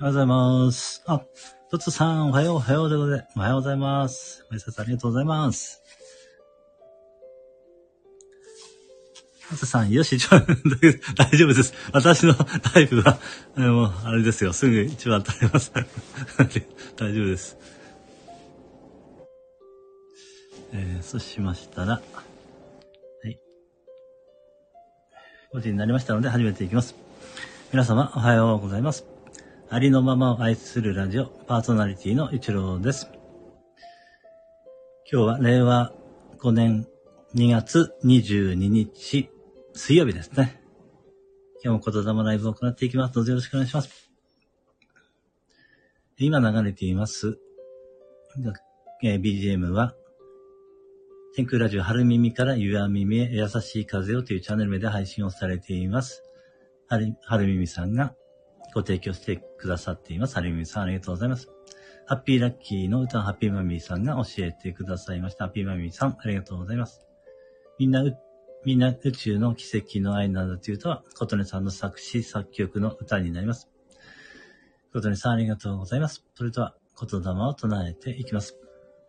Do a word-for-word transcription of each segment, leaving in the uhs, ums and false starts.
おはようございます。あ、トツさん、おはよう、おはようということで、おはようございます。ご挨拶ありがとうございます。トツさん、よし、一番、大丈夫です。私のタイプは、もう、あれですよ、すぐ一番取れます。大丈夫です。えー、そうしましたら、はい。ごじになりましたので、始めていきます。皆様、おはようございます。ありのままを愛するラジオ、パーソナリティの一郎です。今日は令和ごねんにがつにじゅうににち、水曜日ですね。今日も言霊ライブを行っていきます。どうぞよろしくお願いします。今流れています、えー、ビージーエム は、天空ラジオ春耳から夕闇耳へ優しい風をというチャンネル名で配信をされています。春、春耳さんがご提供してくださっています。春耳さんありがとうございます。ハッピーラッキーの歌はハッピーマミーさんが教えてくださいました。ハッピーマミーさんありがとうございます。みんな、みんな宇宙の奇跡の愛などというとは、琴音さんの作詞作曲の歌になります。琴音さんありがとうございます。それでは言霊を唱えていきます。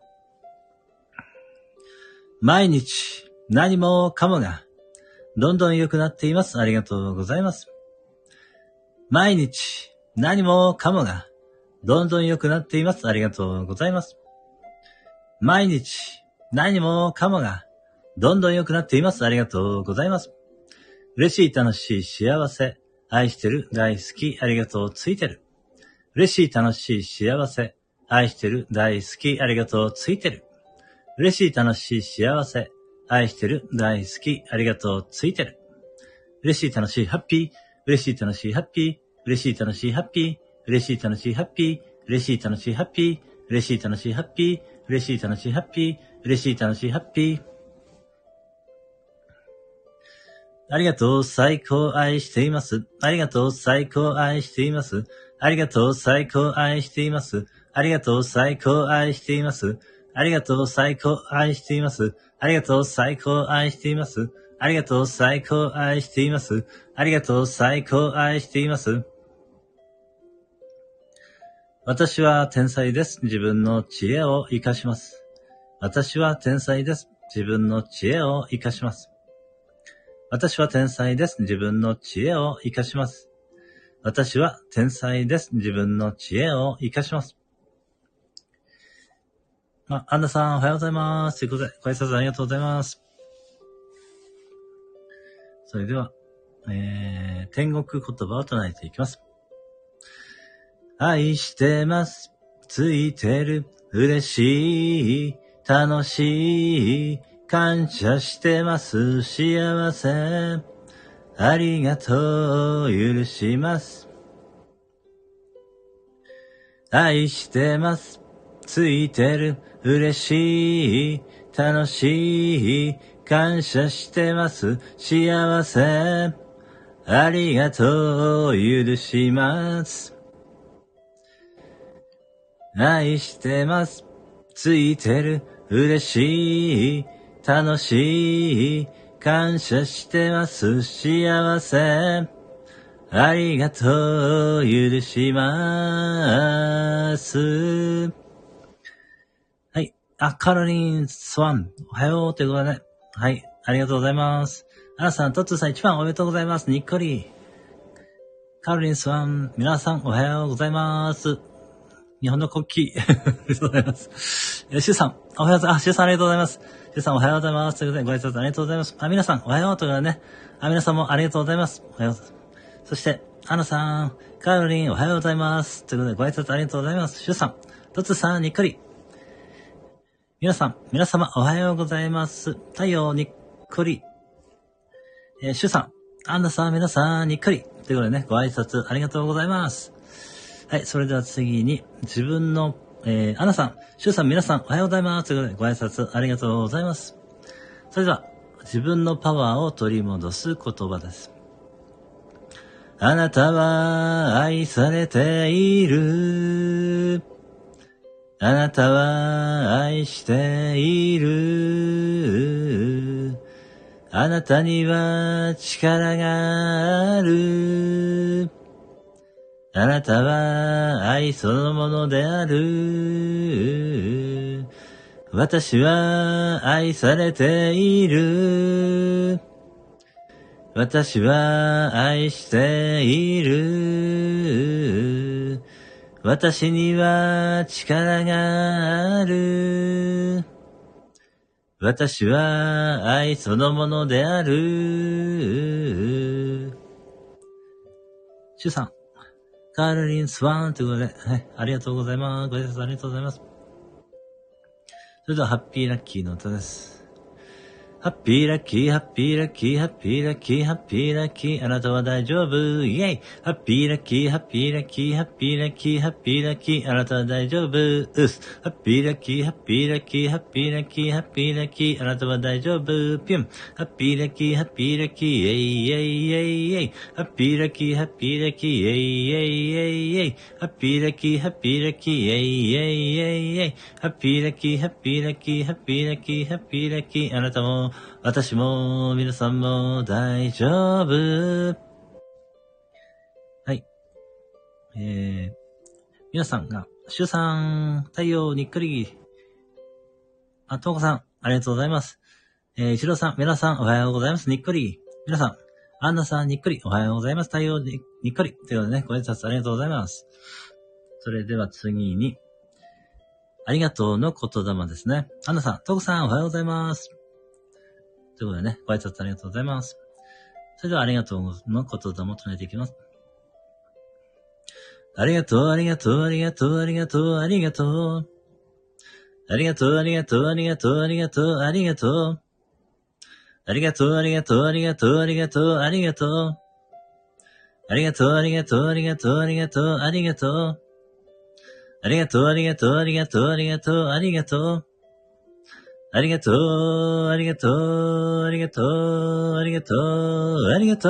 毎日何もかもがどんどん良くなっています。ありがとうございます。毎日何もかもがどんどん良くなっています。ありがとうございます。毎日何もかもがどんどん良くなっています。ありがとうございます。嬉しい、楽しい、幸せ、愛してる、大好き、ありがとう、ついてる。嬉しい、楽しい、幸せ、愛してる、大好き、ありがとう、ついてる。嬉しい、楽しい、幸せ、愛してる、大好き、ありがとう、ついてる。嬉しい、楽しい、ハッピー、嬉しい、楽しい、ハッピー、嬉しい、楽しい、ハッピー、嬉しい、楽しい、ハッピー、嬉しい、楽しい、ハッピー、嬉しい、楽しい、ハッピー、嬉しい、楽しい、ハッピー、嬉しい、楽しい、ハッピー。ありがとう、最高愛しています。ありがとう、最高愛しています。ありがとう、最高愛しています。ありがとう、最高愛しています。ありがとう、最高愛しています。ありがとう、最高愛しています。ありがとう、最高愛しています。ありがとう、最高愛しています。私は天才です。自分の知恵を活かします。私は天才です。自分の知恵を活かします。私は天才です。自分の知恵を活かします。私は天才です。自分の知恵を活かします。あ、アンナさんおはようございます。ということで、ご挨拶ありがとうございます。それでは、えー、天国言葉を唱えていきます。愛してます。ついてる。嬉しい。楽しい。感謝してます。幸せ。ありがとう。許します。愛してます。ついてる。嬉しい。楽しい。感謝してます。幸せ。ありがとう。許します。愛してます。ついてる。嬉しい。楽しい。感謝してます。幸せ。ありがとう。許します。はい。あ、カロリンスワン。おはようということでね。はい。ありがとうございます。アナさん、トッツーさん一番おめでとうございます。にっこり。カロリンスワン。皆さんおはようございます。日本の国旗。ありがとうございます。え、シュウさん、おはようございます。あ、シュウさんありがとうございます。シュウさんおはようございます。ということで、ご挨拶ありがとうございます。あ、皆さんおはようということでね。あ、皆さんもありがとうございます。おはよう。そして、アナさん、カロリンおはようございます。ということで、ご挨拶ありがとうございます。シュウさん、トツさん、にっこり。皆さん、皆様おはようございます。太陽にっこり。えー、シュウさん、アンナさん、皆さん、にっこり。ということでね、ご挨拶ありがとうございます。はい、それでは次に、自分の、えー、アナさん、シュウさん、皆さん、おはようございます。ということで、ご挨拶ありがとうございます。それでは、自分のパワーを取り戻す言葉です。あなたは愛されている。あなたは愛している。あなたには力がある。 あなたは愛そのものである。私は愛されている。私は愛している。私には力がある。私は愛そのものである。シュさん、カールリンスワンということで、はい、ありがとうございます。ご挨拶ありがとうございます。それではハッピーラッキーの歌です。ハッピーラッキー、ハッピーラッキー、ハッピーラッキー、ハッピーラッキー、あなたは大丈夫、イェイ。ハッピーラッキー、ハッピーラッキー、ハッピーラッキー、ハッピーラッキー、あなたは大丈夫、うす。ハッピーラッキー、ハッピーラッキー、ハッピーラッキー、ハッピーラッキー、あなたは大丈夫、ピュン。ハッピーラッキー、ハッピーラッキー、イェイイェイイェイイェイ。ハッピーラッキー、ハッピーラッキー、イェイイェイイェイイェイ。ハッピーラッキー、ハッピーラッキー、イェイイェイイェイイェイ。ハッピーラッキー、ハッピーラッキー、ハッピーラッキー、ハッピーラッキー、あなたも、私も、皆さんも大丈夫。はい。えー、皆さんが、シュさん、太陽にっくり。あ、ともこさん、ありがとうございます。えー、いちろうさん、皆さん、おはようございます。にっくり。皆さん、アンナさん、にっくり。おはようございます。太陽に、にっくり。ということでね、ご挨拶ありがとうございます。それでは次に、ありがとうの言霊ですね。アンナさん、ともこさん、おはようございます。ということでね、ご挨拶ありがとうございます。それではありがとうの言霊を唱えていきます。ありがとう、ありがとう、ありがとう、ありがとう、ありがとう。ありがとう、ありがとう、ありがとう、ありがとう、ありがとう。ありがとう、ありがとう、ありがとう、ありがとう、ありがとう。ありがとう、ありがとう、ありがとう、ありがとう、ありがとう。ありがとう、ありがとう、ありがとう、ありがとう、ありがとう。ありがとう、ありがとう、ありがとう、ありがとう、ありがとう。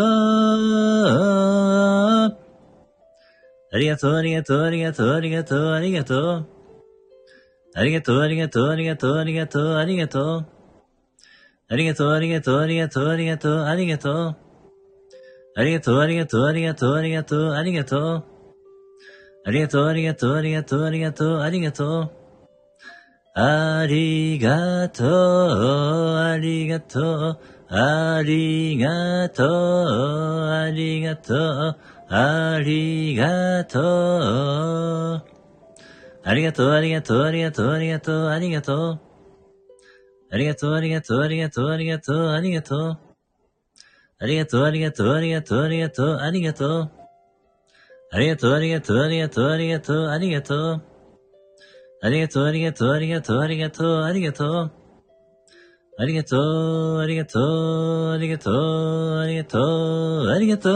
ありがとう、ありがとう、ありがとう、ありがとう、ありがとう。ありがとう、ありがとう、ありがとう、ありがとう、ありがとう。ありがとう、ありがとう、ありがとう、ありがとう、ありがとう。ありがとう、ありがとう、ありがとう、ありがとう、ありがとう。ありがとう、ありがとう、ありがとう、ありがとう、ありがとう。ありがとう、ありがとう、ありがとう、ありがとう、ありがとう。ありがとう、ありがとう、ありがとう、ありがとう、ありがとう。ありがとう、ありがとう、ありがとう、ありがとう、ありがとう。ありがとう、ありがとう、ありがとう、ありがとう、ありがとう。ありがとう、ありがとう、ありがとう、ありがとう、ありがとう。ありがとう、ありがとう、ありがとう、ありがとう、ありがとう。ありがとう、ありがとう、ありがとう、ありがとう、ありがとう。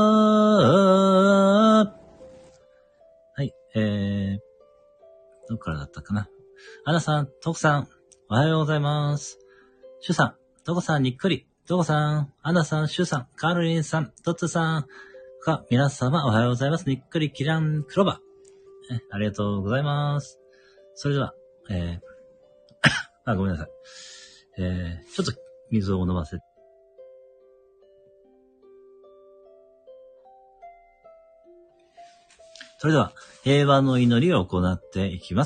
はい、えー、どっからだったかな。アナさん、トコさん、おはようございます。シュさん、トコさんにっくり、トコさん、アナさん、シュさん、カールリンさん、トッツさん、か、皆様おはようございます。にっくりキランクロバ。えありがとうございます。それでは、えー、あ、ごめんなさい。えー、ちょっと水を飲ませて。それでは、平和の祈りを行っていきます。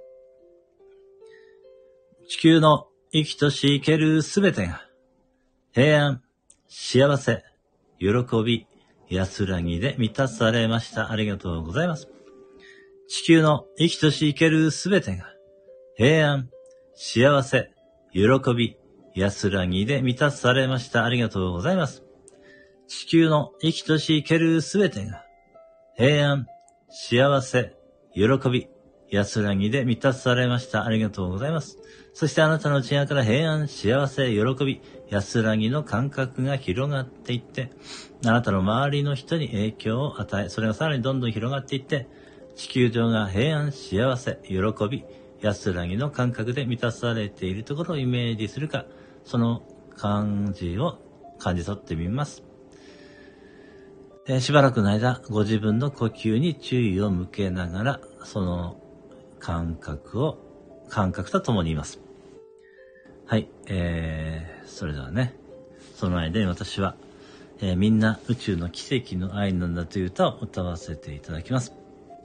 地球の生きとし生けるすべてが、平安、幸せ、喜び、安らぎで満たされました。ありがとうございます。地球の生きとし生けるすべてが、平安、幸せ、喜び、安らぎで満たされました。ありがとうございます。地球の生きとし生けるすべてが、平安、幸せ、喜び、安らぎで満たされました。ありがとうございます。そしてあなたの内側から平安、幸せ、喜び、安らぎの感覚が広がっていって、あなたの周りの人に影響を与え、それがさらにどんどん広がっていって、地球上が平安、幸せ、喜び、安らぎの感覚で満たされているところをイメージするか、その感じを感じ取ってみます。えー、しばらくの間、ご自分の呼吸に注意を向けながら、その感覚を、感覚とともに言います。はい、えー、それではね、その間に私は、 えー、みんな宇宙の奇跡の愛なんだという歌を歌わせていただきます。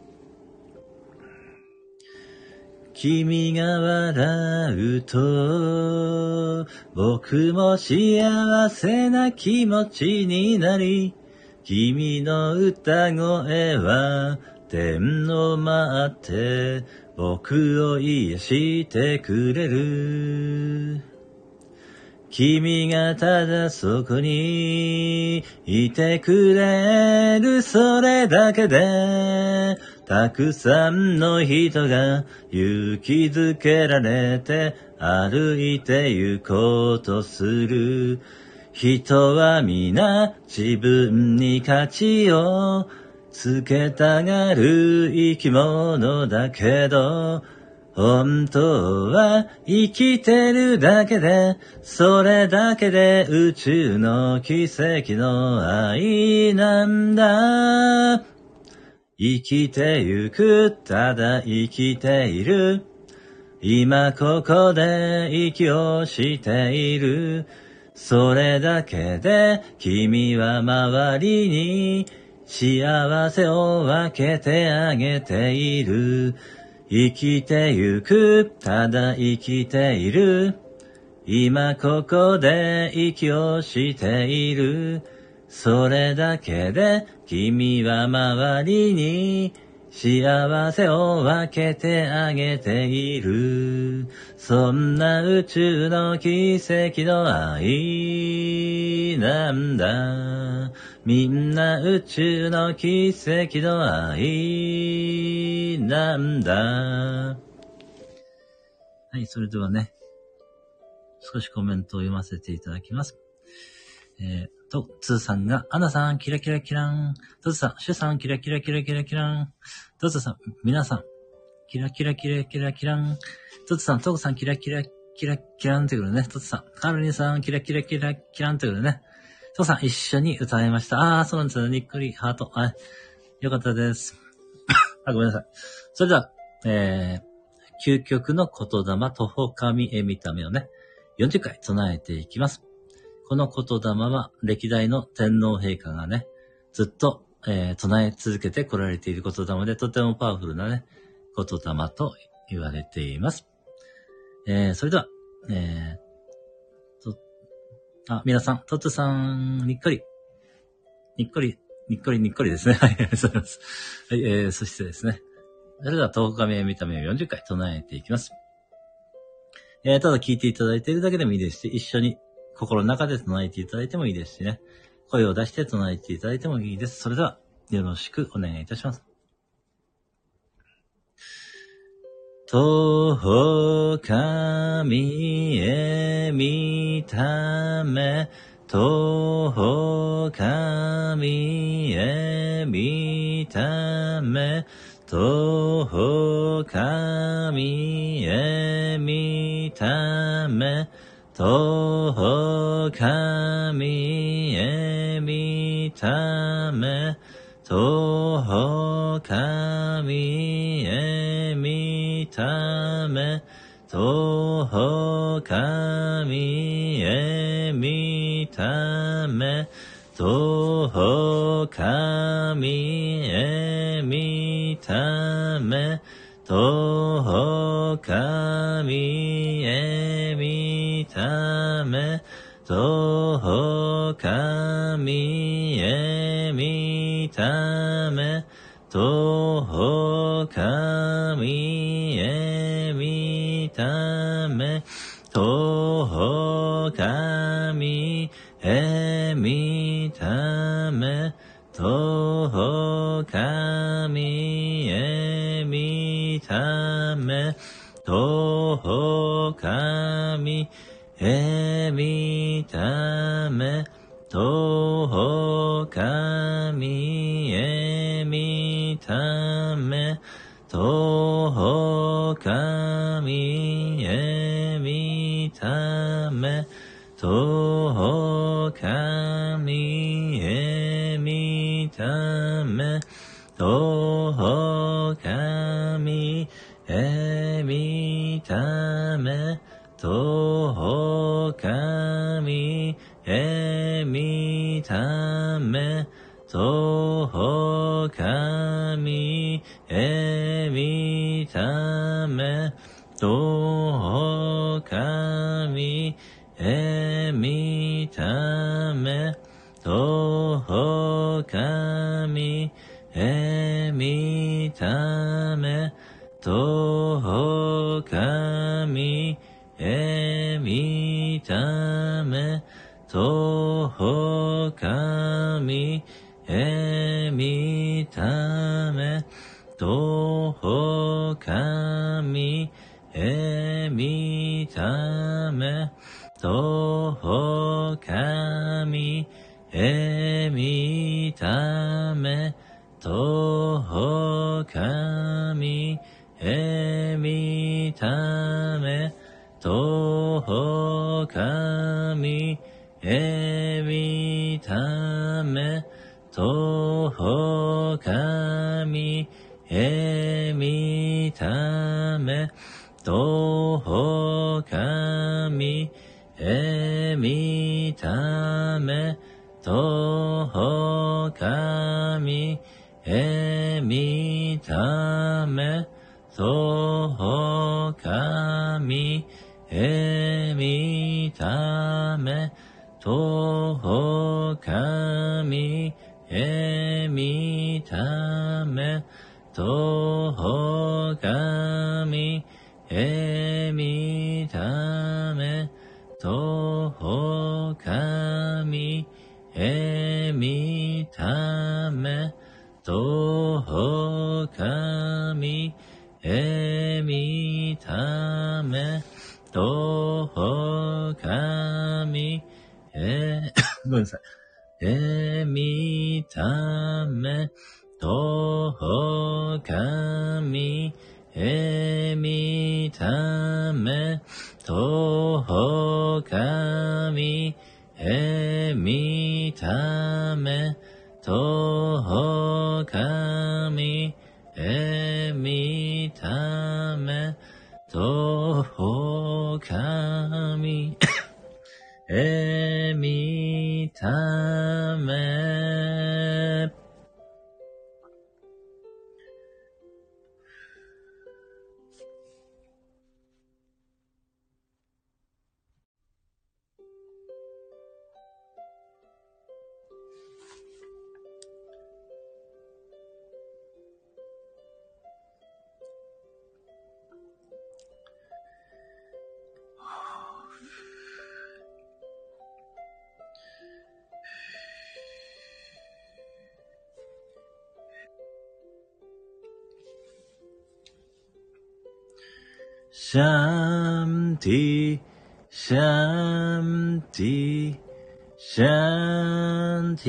君が笑うと僕も幸せな気持ちになり、君の歌声は天を回って僕を癒してくれる。君がただそこにいてくれる、それだけでたくさんの人が勇気づけられて歩いて行こうとする。人は皆自分に価値をつけたがる生き物だけど、本当は生きてるだけで、それだけで宇宙の奇跡の愛なんだ。生きてゆく、ただ生きている。今ここで息をしている。それだけで君は周りに幸せを分けてあげている。生きてゆく、ただ生きている。今ここで息をしている。それだけで君は周りに幸せを分けてあげている。そんな宇宙の奇跡の愛なんだ。みんな宇宙の奇跡の愛なんだ。はい、それではね、少しコメントを読ませていただきます。えー、と、つーさんが、アナさん、キラキラキラン。とつさん、シュさん、キラキラキラキラキラン。とつさん、皆さん、キラキラキラキラキラン。とつさん、とこさん、キラキラキラキランってことでね。とつさん、カルニさん、キラキラキラキランってことでね。とこさん、一緒に歌いました。あー、そうなんですよ。にっこり、ハート。はい。よかったです。あ、ごめんなさい。それでは、えー、究極の言霊、徒歩神へ見た目をね、よんじゅっかい唱えていきます。この言霊は歴代の天皇陛下がね、ずっと、えー、唱え続けて来られている言霊で、とてもパワフルなね、言霊と言われています。えー、それでは、えー、と、あ、皆さん、トッツさん、にっこり、にっこり、にっこりにっこりですね。はい、ありがとうございます。はい、えー、そしてですね、それでは、東方神へ見た目をよんじゅっかい唱えていきます。えー、ただ聞いていただいているだけでもいいですし、一緒に心の中で唱えていただいてもいいですしね。声を出して唱えていただいてもいいです。それでは、よろしくお願いいたします。徒歩神へ見た目、徒歩神へ見た目、徒歩神へ見た目、徒歩神へ見た目、徒歩神へ見た目、徒歩神へ見た目、徒歩神へ見た目、徒歩神へ見た目、徒歩神へ見た目、徒歩神へ見ため、徒歩神へ見ため、徒歩神へ見ため、徒歩神へ見ため、徒歩神へ見ため、徒歩神へ見ため、徒歩神へ見ため、徒歩神へ見ため、徒歩神へ見たみため、とほかみ、えみため、とほかみ、えみため、とほかみ、えみため、とほかみ、えみため、とほかみ、えみため、とほかみ、えみため、とほかみ、えみため、とほかみ、えみため、とほかみ、えみため、とほかみ、えみため、とほかみ、えみため、とほかみ、えみため、とほかみ、えみため、とほかみ、えみため、とほかみ、えごめんなさい。えみため、とほかみ、えみため、とほかみ、えみため、とほかみ、えみため、とほかみ、えみため。シャンティ、シャンティ、シャンテ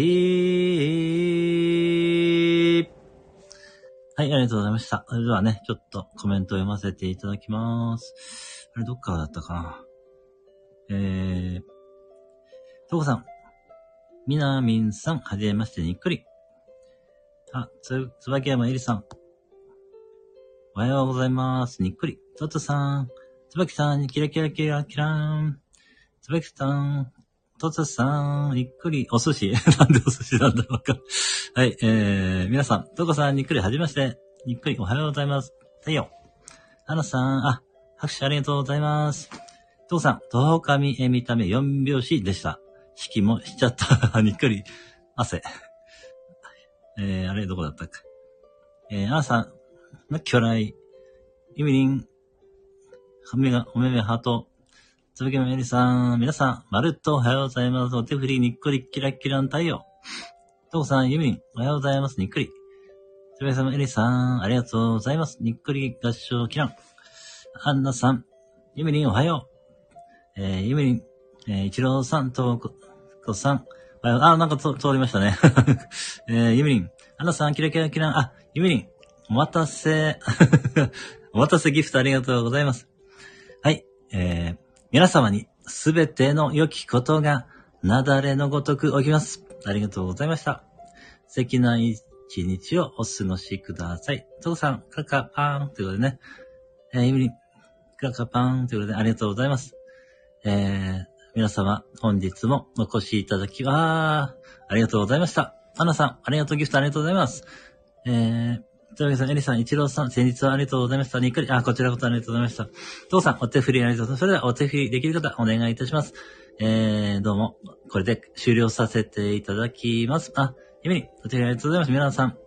ィ。はい、ありがとうございました。それではね、ちょっとコメントを読ませていただきます。あれ、どっからだったかな。えー、とこさん、みなみんさん、はじめまして、にっくり。あ、つ、つばきやまえりさん、おはようございます。にっくり。トトさん、つばきさん、キラキラキラキラーン。つばきさん、トトさん、にっくり。お寿司なんでお寿司なんだろうか。はい、えー、皆さん、トコさん、にっくり、はじめまして。にっくり、おはようございます。太陽。アナさん、あ、拍手ありがとうございます。トコさん、とほかみえみためよんびょうしでした。式もしちゃった。にっくり。汗。えー、あれ、どこだったか。えー、アナさん、なきょらい。ゆみりん。おめが、おめめハート。つぶけめりさん、皆さん、まるっとおはようございます。お手振りにっこりキラキラの太陽。とこさん、ゆみりん、おはようございます。にっくり。つぶけさん、えりさん、ありがとうございます。にっくり合唱キラン。アンナさん、ゆみりん、おはよう。えー、ゆみりん、えー、いちろうさん、とこ、こさん、おはよう。あ、なんかと通りましたね。えー、ゆみりん、アンナさん、キラキラキラン。あ、ゆみりん、お待たせ。お待たせギフトありがとうございます。はい、えー、皆様にすべての良きことが雪崩のごとく起きます。ありがとうございました。素敵な一日をお過ごしください。トコさん、カカパーンということでね。えー、ゆみりん、カカパーンということでありがとうございます。えー、皆様、本日もお越しいただき、あー、ありがとうございました。アナさん、ありがとうギフトありがとうございます。えー、というわけで、エリさん、イチローさん、先日はありがとうございました。にっくり、あ、こちらこそありがとうございました。トウさん、お手振りありがとうございます。それでは、お手振りできる方、お願いいたします。えー、どうも、これで終了させていただきます。あ、ゆみりん、お手振りありがとうございます。皆さん、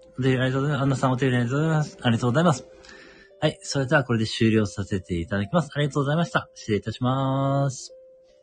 お手入れありがとうございます。アンナさんお手入れありがとうございます。ありがとうございます。はい。それではこれで終了させていただきます。ありがとうございました。失礼いたします。